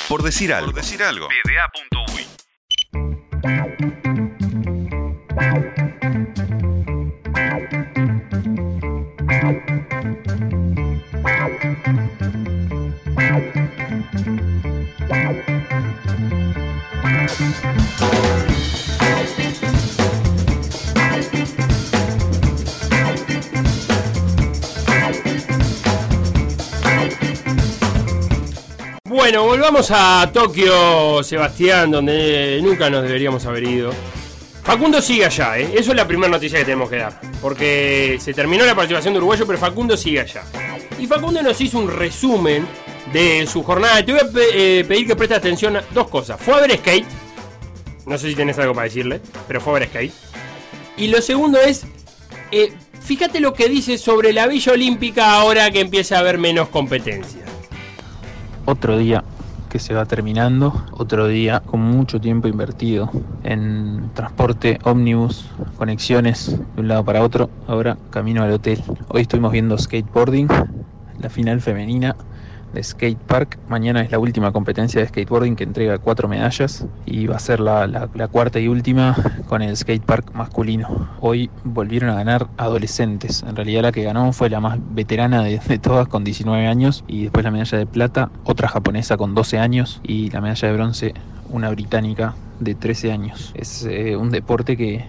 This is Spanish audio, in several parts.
Por decir algo. PDA.uy. Bueno, volvamos a Tokio, Sebastián, donde nunca nos deberíamos haber ido. Facundo sigue allá, eso es la primera noticia que tenemos que dar. Porque se terminó la participación de uruguayo, pero Facundo sigue allá. Y Facundo nos hizo un resumen de su jornada. Te voy a pedir que prestes atención a dos cosas. Fue a ver skate. No sé si tenés algo para decirle, pero fue a ver skate. Y lo segundo es, fíjate lo que dice sobre la Villa Olímpica ahora que empieza a haber menos competencia. Otro día que se va terminando, otro día con mucho tiempo invertido en transporte, ómnibus, conexiones de un lado para otro, ahora camino al hotel. Hoy estuvimos viendo skateboarding, la final femenina de Skate Park. Mañana es la última competencia de skateboarding que entrega 4 medallas y va a ser la cuarta y última con el Skate Park masculino. Hoy volvieron a ganar adolescentes. En realidad la que ganó fue la más veterana de todas con 19 años y después la medalla de plata, otra japonesa con 12 años y la medalla de bronce, una británica de 13 años. Es un deporte que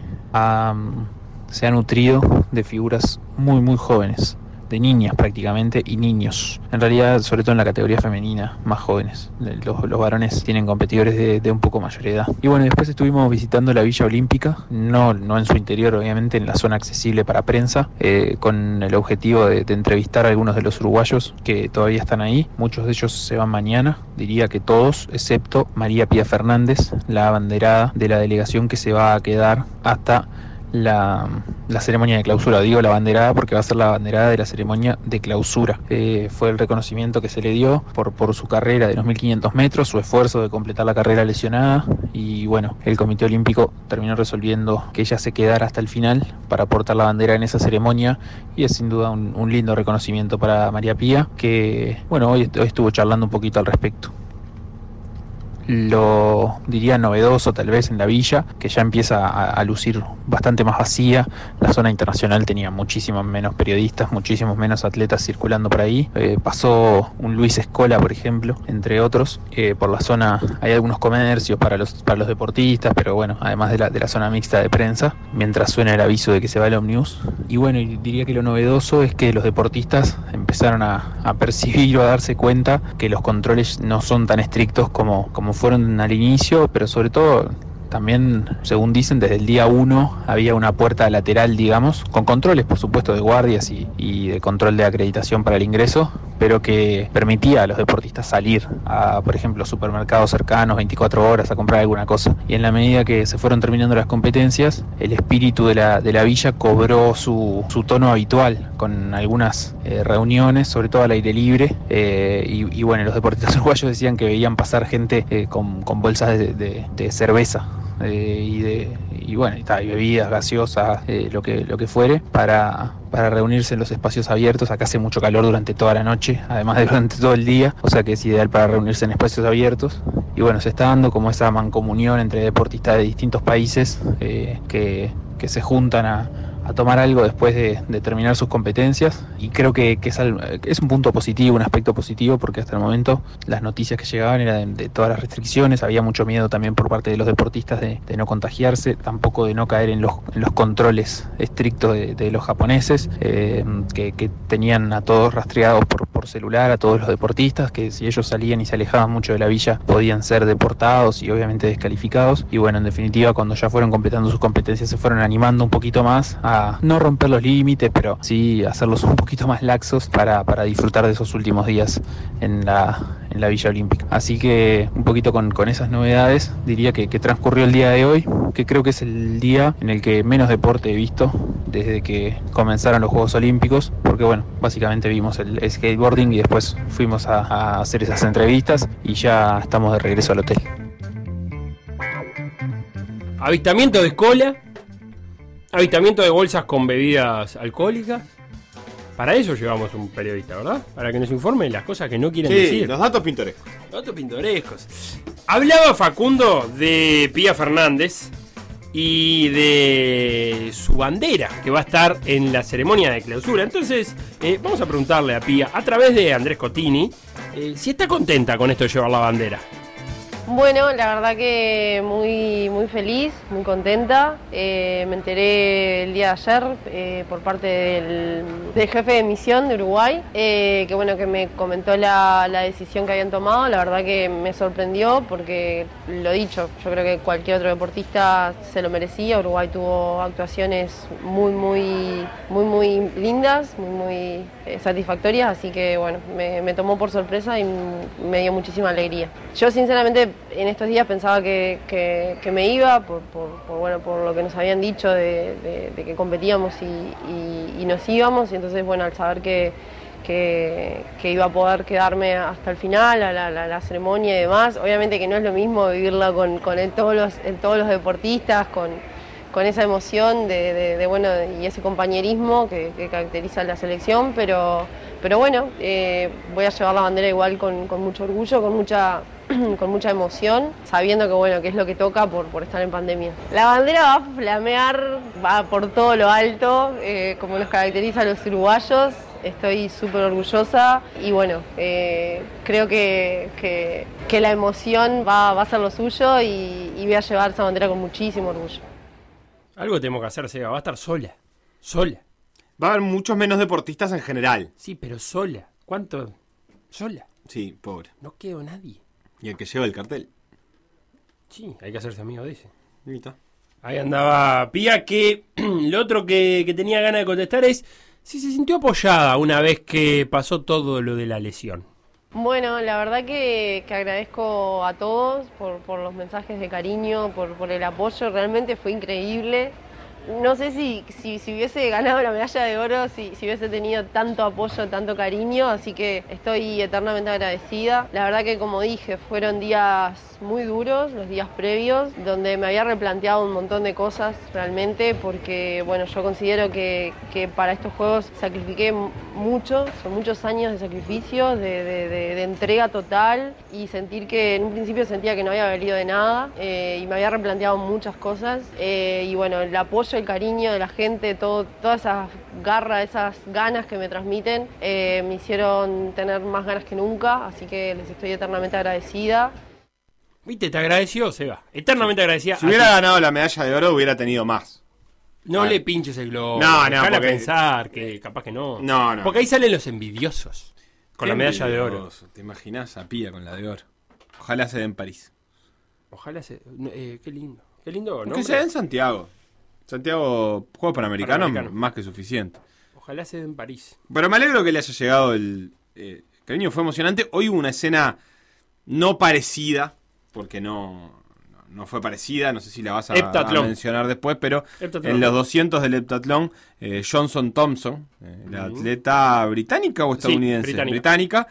se ha nutrido de figuras muy muy jóvenes, de niñas prácticamente y niños, en realidad sobre todo en la categoría femenina, más jóvenes. Los varones tienen competidores de un poco mayor edad. Y bueno, después estuvimos visitando la Villa Olímpica, no en su interior obviamente, en la zona accesible para prensa, con el objetivo de entrevistar a algunos de los uruguayos que todavía están ahí. Muchos de ellos se van mañana, diría que todos, excepto María Pía Fernández, la abanderada de la delegación que se va a quedar hasta la ceremonia de clausura. Digo la banderada porque va a ser la banderada de la ceremonia de clausura. Fue el reconocimiento que se le dio por su carrera de los 1500 metros, su esfuerzo de completar la carrera lesionada, y bueno, el Comité Olímpico terminó resolviendo que ella se quedara hasta el final para portar la bandera en esa ceremonia, y es sin duda un lindo reconocimiento para María Pía, que bueno, hoy estuvo charlando un poquito al respecto. Lo diría novedoso tal vez en la villa, que ya empieza a lucir bastante más vacía. La zona internacional tenía muchísimos menos periodistas, muchísimos menos atletas circulando por ahí. Pasó un Luis Escola, por ejemplo, entre otros. Por la zona hay algunos comercios para los deportistas, pero bueno, además de la zona mixta de prensa, mientras suena el aviso de que se va el ómnibus. Y bueno, y diría que lo novedoso es que los deportistas empezaron a percibir o a darse cuenta que los controles no son tan estrictos como fueron al inicio, pero sobre todo también, según dicen, desde el día 1 había una puerta lateral, digamos, con controles, por supuesto, de guardias y de control de acreditación para el ingreso, pero que permitía a los deportistas salir a, por ejemplo, supermercados cercanos 24 horas a comprar alguna cosa. Y en la medida que se fueron terminando las competencias, el espíritu de la villa cobró su tono habitual, con algunas reuniones, sobre todo al aire libre, y bueno, los deportistas uruguayos decían que veían pasar gente con bolsas de cerveza. Y bueno, y bebidas gaseosas, lo que fuere, para reunirse en los espacios abiertos. Acá hace mucho calor durante toda la noche, además de durante todo el día, o sea que es ideal para reunirse en espacios abiertos. Y bueno, se está dando como esa mancomunión entre deportistas de distintos países que se juntan a tomar algo después de terminar sus competencias, y creo que es un punto positivo, un aspecto positivo, porque hasta el momento las noticias que llegaban eran de todas las restricciones. Había mucho miedo también por parte de los deportistas de no contagiarse, tampoco de no caer en los controles estrictos de los japoneses, que tenían a todos rastreados por celular, a todos los deportistas, que si ellos salían y se alejaban mucho de la villa podían ser deportados y obviamente descalificados. Y bueno, en definitiva, cuando ya fueron completando sus competencias, se fueron animando un poquito más a no romper los límites, pero sí hacerlos un poquito más laxos para disfrutar de esos últimos días en la Villa Olímpica. Así que un poquito con esas novedades, diría que transcurrió el día de hoy, que creo que es el día en el que menos deporte he visto desde que comenzaron los Juegos Olímpicos, porque bueno, básicamente vimos el skateboarding y después fuimos a hacer esas entrevistas y ya estamos de regreso al hotel. Avistamiento de escola, avistamiento de bolsas con bebidas alcohólicas, Para eso llevamos un periodista, ¿verdad? Para que nos informe las cosas que no quieren Sí, decir. los datos pintorescos. Datos pintorescos. Hablaba Facundo de Pía Fernández y de su bandera que va a estar en la ceremonia de clausura. Entonces, vamos a preguntarle a Pía, a través de Andrés Cotini, si está contenta con esto de llevar la bandera. Bueno, la verdad que muy feliz, muy contenta. Me enteré el día de ayer por parte del jefe de misión de Uruguay, que bueno, que me comentó la decisión que habían tomado. La verdad que me sorprendió porque, lo dicho, yo creo que cualquier otro deportista se lo merecía. Uruguay tuvo actuaciones muy lindas, muy satisfactorias, así que bueno, me tomó por sorpresa y me dio muchísima alegría. Yo sinceramente en estos días pensaba que me iba por lo que nos habían dicho de que competíamos y nos íbamos, y entonces bueno, al saber que iba a poder quedarme hasta el final, a la ceremonia y demás, obviamente que no es lo mismo vivirla con todos los deportistas, con esa emoción bueno, y ese compañerismo que caracteriza a la selección, pero bueno, voy a llevar la bandera igual con mucho orgullo, con mucha emoción, sabiendo que bueno, que es lo que toca por estar en pandemia. La bandera va a flamear, va por todo lo alto, como nos caracteriza a los uruguayos. Estoy súper orgullosa y bueno, creo que la emoción va a ser lo suyo y voy a llevar esa bandera con muchísimo orgullo. Algo tenemos que hacer, Seba, va a estar sola. Va a haber muchos menos deportistas en general. Sí, pero sola. ¿Cuánto? Sola. Sí, pobre. No quedó nadie. Y el que lleva el cartel. Sí, hay que hacerse amigo de ese. Ahí está. Ahí andaba Pía, que lo otro que tenía ganas de contestar es si se sintió apoyada una vez que pasó todo lo de la lesión. Bueno, la verdad que agradezco a todos por los mensajes de cariño, por el apoyo, realmente fue increíble. No sé si hubiese ganado la medalla de oro, si hubiese tenido tanto apoyo, tanto cariño, así que estoy eternamente agradecida. La verdad que, como dije, fueron días muy duros, los días previos, donde me había replanteado un montón de cosas realmente, porque bueno, yo considero que para estos juegos sacrifiqué mucho, son muchos años de sacrificio, de entrega total, y sentir que en un principio sentía que no había valido de nada, y me había replanteado muchas cosas, y bueno, el apoyo, el cariño de la gente, toda esa garra, esas ganas que me transmiten, me hicieron tener más ganas que nunca, así que les estoy eternamente agradecida. Viste, te agradeció, Seba. Eternamente agradecida. Si hubiera ganado la medalla de oro, hubiera tenido más. No le pinches el globo. No, Dejala porque pensar que capaz que no. No. Porque ahí salen los envidiosos. Con la medalla de oro. ¿Te imaginas a Pía con la de oro? Ojalá se dé en París. Ojalá se... qué lindo. Qué lindo, ¿no? Que se dé en Santiago. Santiago, Juegos Panamericanos, más que suficiente. Ojalá se dé en París. Pero me alegro que le haya llegado el cariño, fue emocionante. Hoy hubo una escena no parecida, porque no fue parecida, no sé si la vas a mencionar después, pero en los 200 del heptatlón, Johnson Thompson, la atleta británica o estadounidense, sí, británica,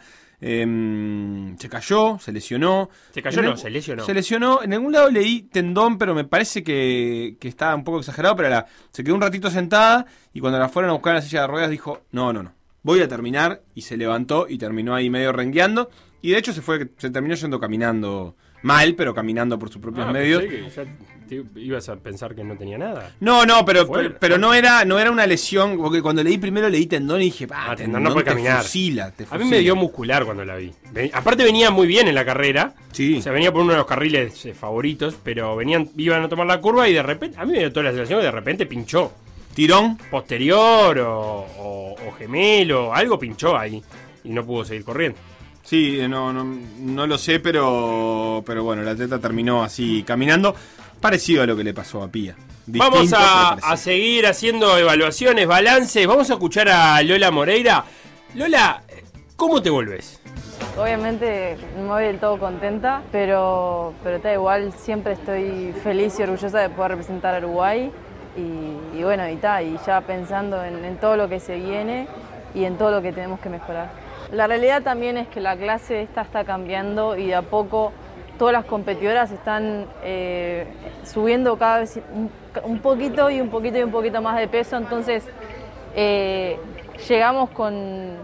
se cayó, se lesionó. Se lesionó. Se lesionó. En algún lado leí tendón, pero me parece que estaba un poco exagerado, pero se quedó un ratito sentada y cuando la fueron a buscar en la silla de ruedas dijo, no, voy a terminar, y se levantó y terminó ahí medio rengueando, y de hecho se terminó yendo caminando mal, pero caminando por sus propios medios. Que ya ibas a pensar que no tenía nada. No, pero no era una lesión, porque cuando primero leí tendón y dije, tendón no puede caminar. Fusila. A mí me dio muscular cuando la vi. Aparte venía muy bien en la carrera. Sí. O sea, venía por uno de los carriles favoritos, pero iban a tomar la curva y de repente, a mí me dio toda la sensación que de repente pinchó. ¿Tirón? Posterior o gemelo, algo pinchó ahí y no pudo seguir corriendo. Sí, no lo sé, pero bueno, el atleta terminó así caminando, parecido a lo que le pasó a Pía. Vamos a seguir haciendo evaluaciones, balances. Vamos a escuchar a Lola Moreira. Lola, ¿cómo te volvés? Obviamente no me voy del todo contenta, pero da igual, siempre estoy feliz y orgullosa de poder representar a Uruguay y bueno, y ya pensando en todo lo que se viene y en todo lo que tenemos que mejorar. La realidad también es que la clase está cambiando y de a poco todas las competidoras están subiendo cada vez un poquito más de peso, entonces llegamos con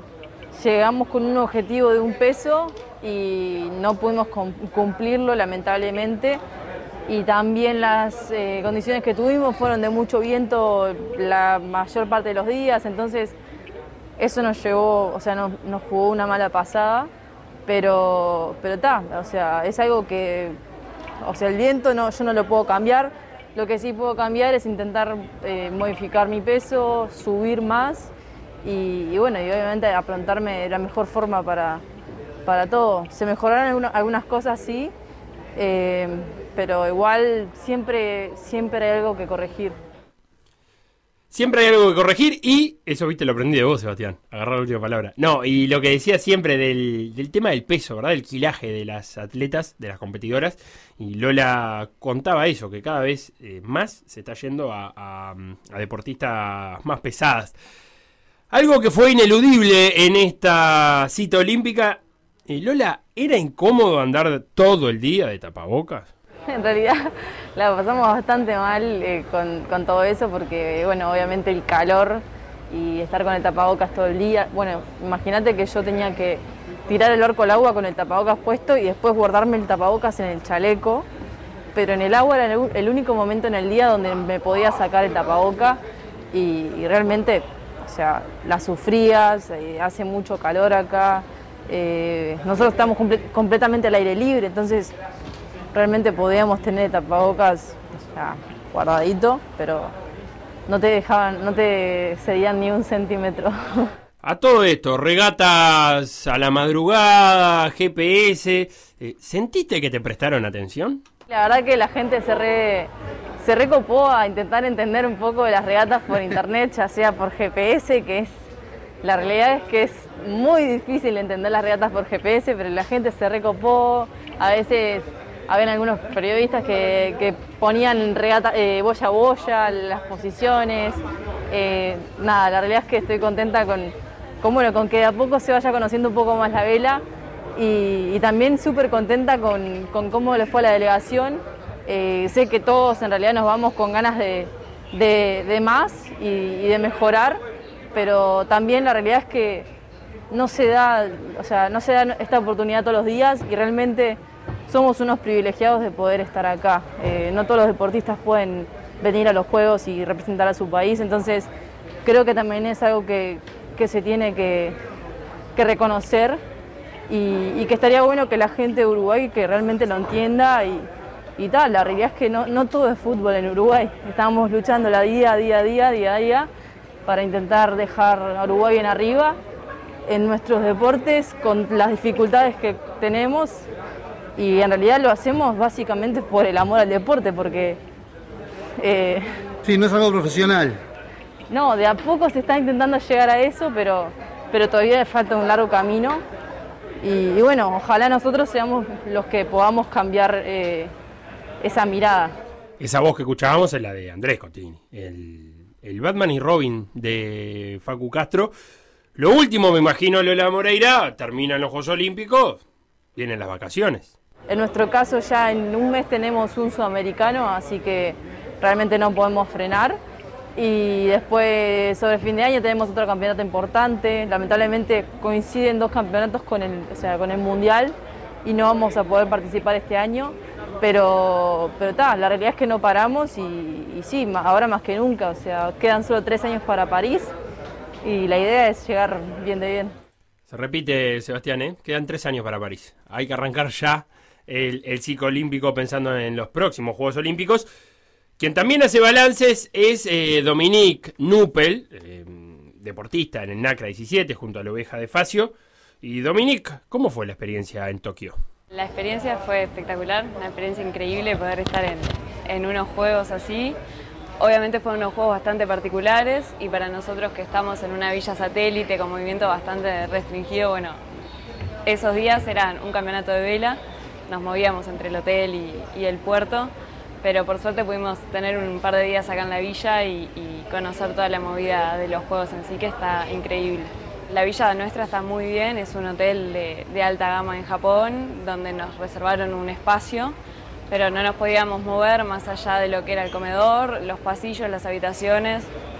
un objetivo de un peso y no pudimos cumplirlo, lamentablemente. Y también las condiciones que tuvimos fueron de mucho viento la mayor parte de los días, entonces eso nos llevó, o sea, nos jugó una mala pasada, pero o sea, es algo que, o sea, el viento yo no lo puedo cambiar. Lo que sí puedo cambiar es intentar modificar mi peso, subir más y bueno, y obviamente aprontarme de la mejor forma para todo. Se mejoraron algunas cosas, sí, pero igual siempre hay algo que corregir. Siempre hay algo que corregir y eso, viste, lo aprendí de vos, Sebastián, agarrar la última palabra. No, y lo que decía siempre del tema del peso, ¿verdad? El quilaje de las atletas, de las competidoras, y Lola contaba eso, que cada vez más se está yendo a deportistas más pesadas. Algo que fue ineludible en esta cita olímpica, Lola, ¿era incómodo andar todo el día de tapabocas? En realidad la pasamos bastante mal con todo eso porque, bueno, obviamente el calor y estar con el tapabocas todo el día. Bueno, imagínate que yo tenía que tirar el arco al agua con el tapabocas puesto y después guardarme el tapabocas en el chaleco, pero en el agua era el único momento en el día donde me podía sacar el tapabocas y realmente, o sea, la sufrías, hace mucho calor acá, nosotros estamos completamente al aire libre, entonces realmente podíamos tener el tapabocas, o sea, guardadito, pero no te cedían ni un centímetro. A todo esto, regatas a la madrugada, GPS, ¿sentiste que te prestaron atención? La verdad que la gente se recopó a intentar entender un poco de las regatas por internet, ya sea por GPS, la realidad es que es muy difícil entender las regatas por GPS, pero la gente se recopó. A veces habían algunos periodistas que ponían regata, boya a boya, las posiciones. Nada, la realidad es que estoy contenta con que de a poco se vaya conociendo un poco más la vela y también súper contenta con cómo le fue a la delegación. Sé que todos en realidad nos vamos con ganas de más y de mejorar, pero también la realidad es que no se da esta oportunidad todos los días y realmente somos unos privilegiados de poder estar acá. No todos los deportistas pueden venir a los Juegos y representar a su país, entonces creo que también es algo que se tiene que reconocer y que estaría bueno que la gente de Uruguay que realmente lo entienda y tal. La realidad es que no todo es fútbol en Uruguay. Estamos luchando día a día para intentar dejar a Uruguay bien arriba en nuestros deportes con las dificultades que tenemos. Y en realidad lo hacemos básicamente por el amor al deporte, porque... sí, no es algo profesional. No, de a poco se está intentando llegar a eso, pero todavía le falta un largo camino. Y bueno, ojalá nosotros seamos los que podamos cambiar esa mirada. Esa voz que escuchábamos es la de Andrés Cotini, el Batman y Robin de Facu Castro. Lo último, me imagino, Lola Moreira, terminan los Juegos Olímpicos, vienen las vacaciones. En nuestro caso ya en un mes tenemos un sudamericano, así que realmente no podemos frenar. Y después sobre fin de año tenemos otro campeonato importante. Lamentablemente coinciden dos campeonatos con el Mundial y no vamos a poder participar este año. Pero la realidad es que no paramos y sí, ahora más que nunca. O sea, quedan solo 3 años para París y la idea es llegar bien de bien. Se repite, Sebastián, quedan 3 años para París. Hay que arrancar ya el ciclo olímpico pensando en los próximos Juegos Olímpicos. Quien también hace balances es Dominique Nuppel, deportista en el NACRA 17 junto a la oveja de Facio. Y Dominique, ¿cómo fue la experiencia en Tokio? La experiencia fue espectacular, una experiencia increíble poder estar en unos juegos así. Obviamente fueron unos juegos bastante particulares y para nosotros que estamos en una villa satélite con movimiento bastante restringido, bueno, esos días eran un campeonato de vela, nos movíamos entre el hotel y el puerto, pero por suerte pudimos tener un par de días acá en la villa y conocer toda la movida de los juegos en sí, que está increíble. La villa nuestra está muy bien, es un hotel de alta gama en Japón, donde nos reservaron un espacio, pero no nos podíamos mover más allá de lo que era el comedor, los pasillos, las habitaciones,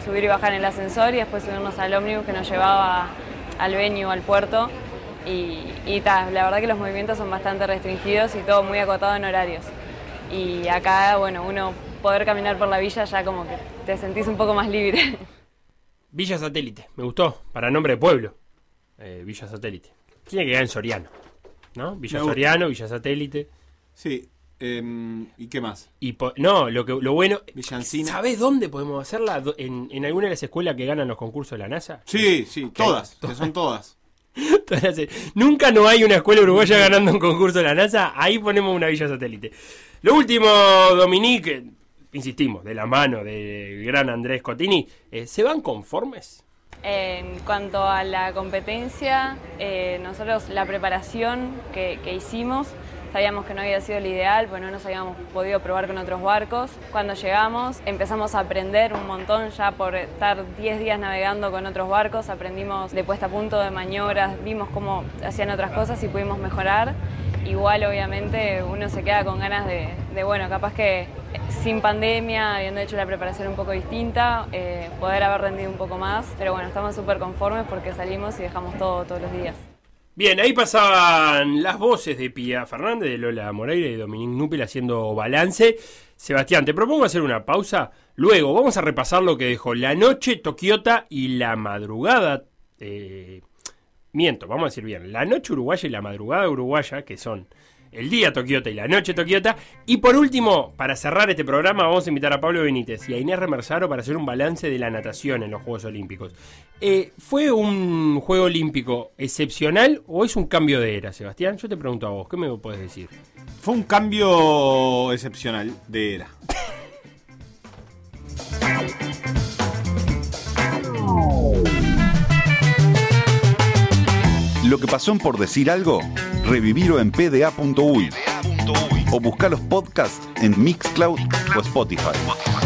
subir y bajar en el ascensor y después subirnos al ómnibus que nos llevaba al venue, al puerto. Y la verdad que los movimientos son bastante restringidos y todo muy acotado en horarios. Y acá, bueno, uno poder caminar por la villa ya como que te sentís un poco más libre. Villa Satélite, me gustó, para nombre de pueblo. Villa Satélite. Tiene que quedar en Soriano, ¿no? Villa Soriano, Villa Satélite. Sí. ¿Y qué más? No, lo bueno... Villancina. ¿Sabés dónde podemos hacerla? ¿En alguna de las escuelas que ganan los concursos de la NASA? Sí, todas, que son todas. Nunca no hay una escuela uruguaya ganando un concurso de la NASA. Ahí ponemos una Villa Satélite. Lo último, Dominique, insistimos, de la mano del gran Andrés Cotini, ¿se van conformes? En cuanto a la competencia, nosotros la preparación que hicimos, sabíamos que no había sido el ideal, pues no nos habíamos podido probar con otros barcos. Cuando llegamos empezamos a aprender un montón, ya por estar 10 días navegando con otros barcos, aprendimos de puesta a punto, de maniobras, vimos cómo hacían otras cosas y pudimos mejorar. Igual obviamente uno se queda con ganas de bueno, capaz que sin pandemia, habiendo hecho la preparación un poco distinta, poder haber rendido un poco más, pero bueno, estamos súper conformes porque salimos y dejamos todo todos los días. Bien, ahí pasaban las voces de Pía Fernández, de Lola Moreira y de Dominique Núpil haciendo balance. Sebastián, te propongo hacer una pausa. Luego vamos a repasar lo que dejó la noche toquiota y la madrugada. Vamos a decir bien. La noche uruguaya y la madrugada uruguaya, que son el día toquiota y la noche toquiota. Y por último, para cerrar este programa, vamos a invitar a Pablo Benítez y a Inés Remersaro para hacer un balance de la natación en los Juegos Olímpicos. ¿Fue un Juego Olímpico excepcional o es un cambio de era, Sebastián? Yo te pregunto a vos, ¿qué me podés decir? Fue un cambio excepcional de era. Lo que pasó en Por Decir Algo, revivirlo en pda.uy o buscar los podcasts en Mixcloud o Spotify.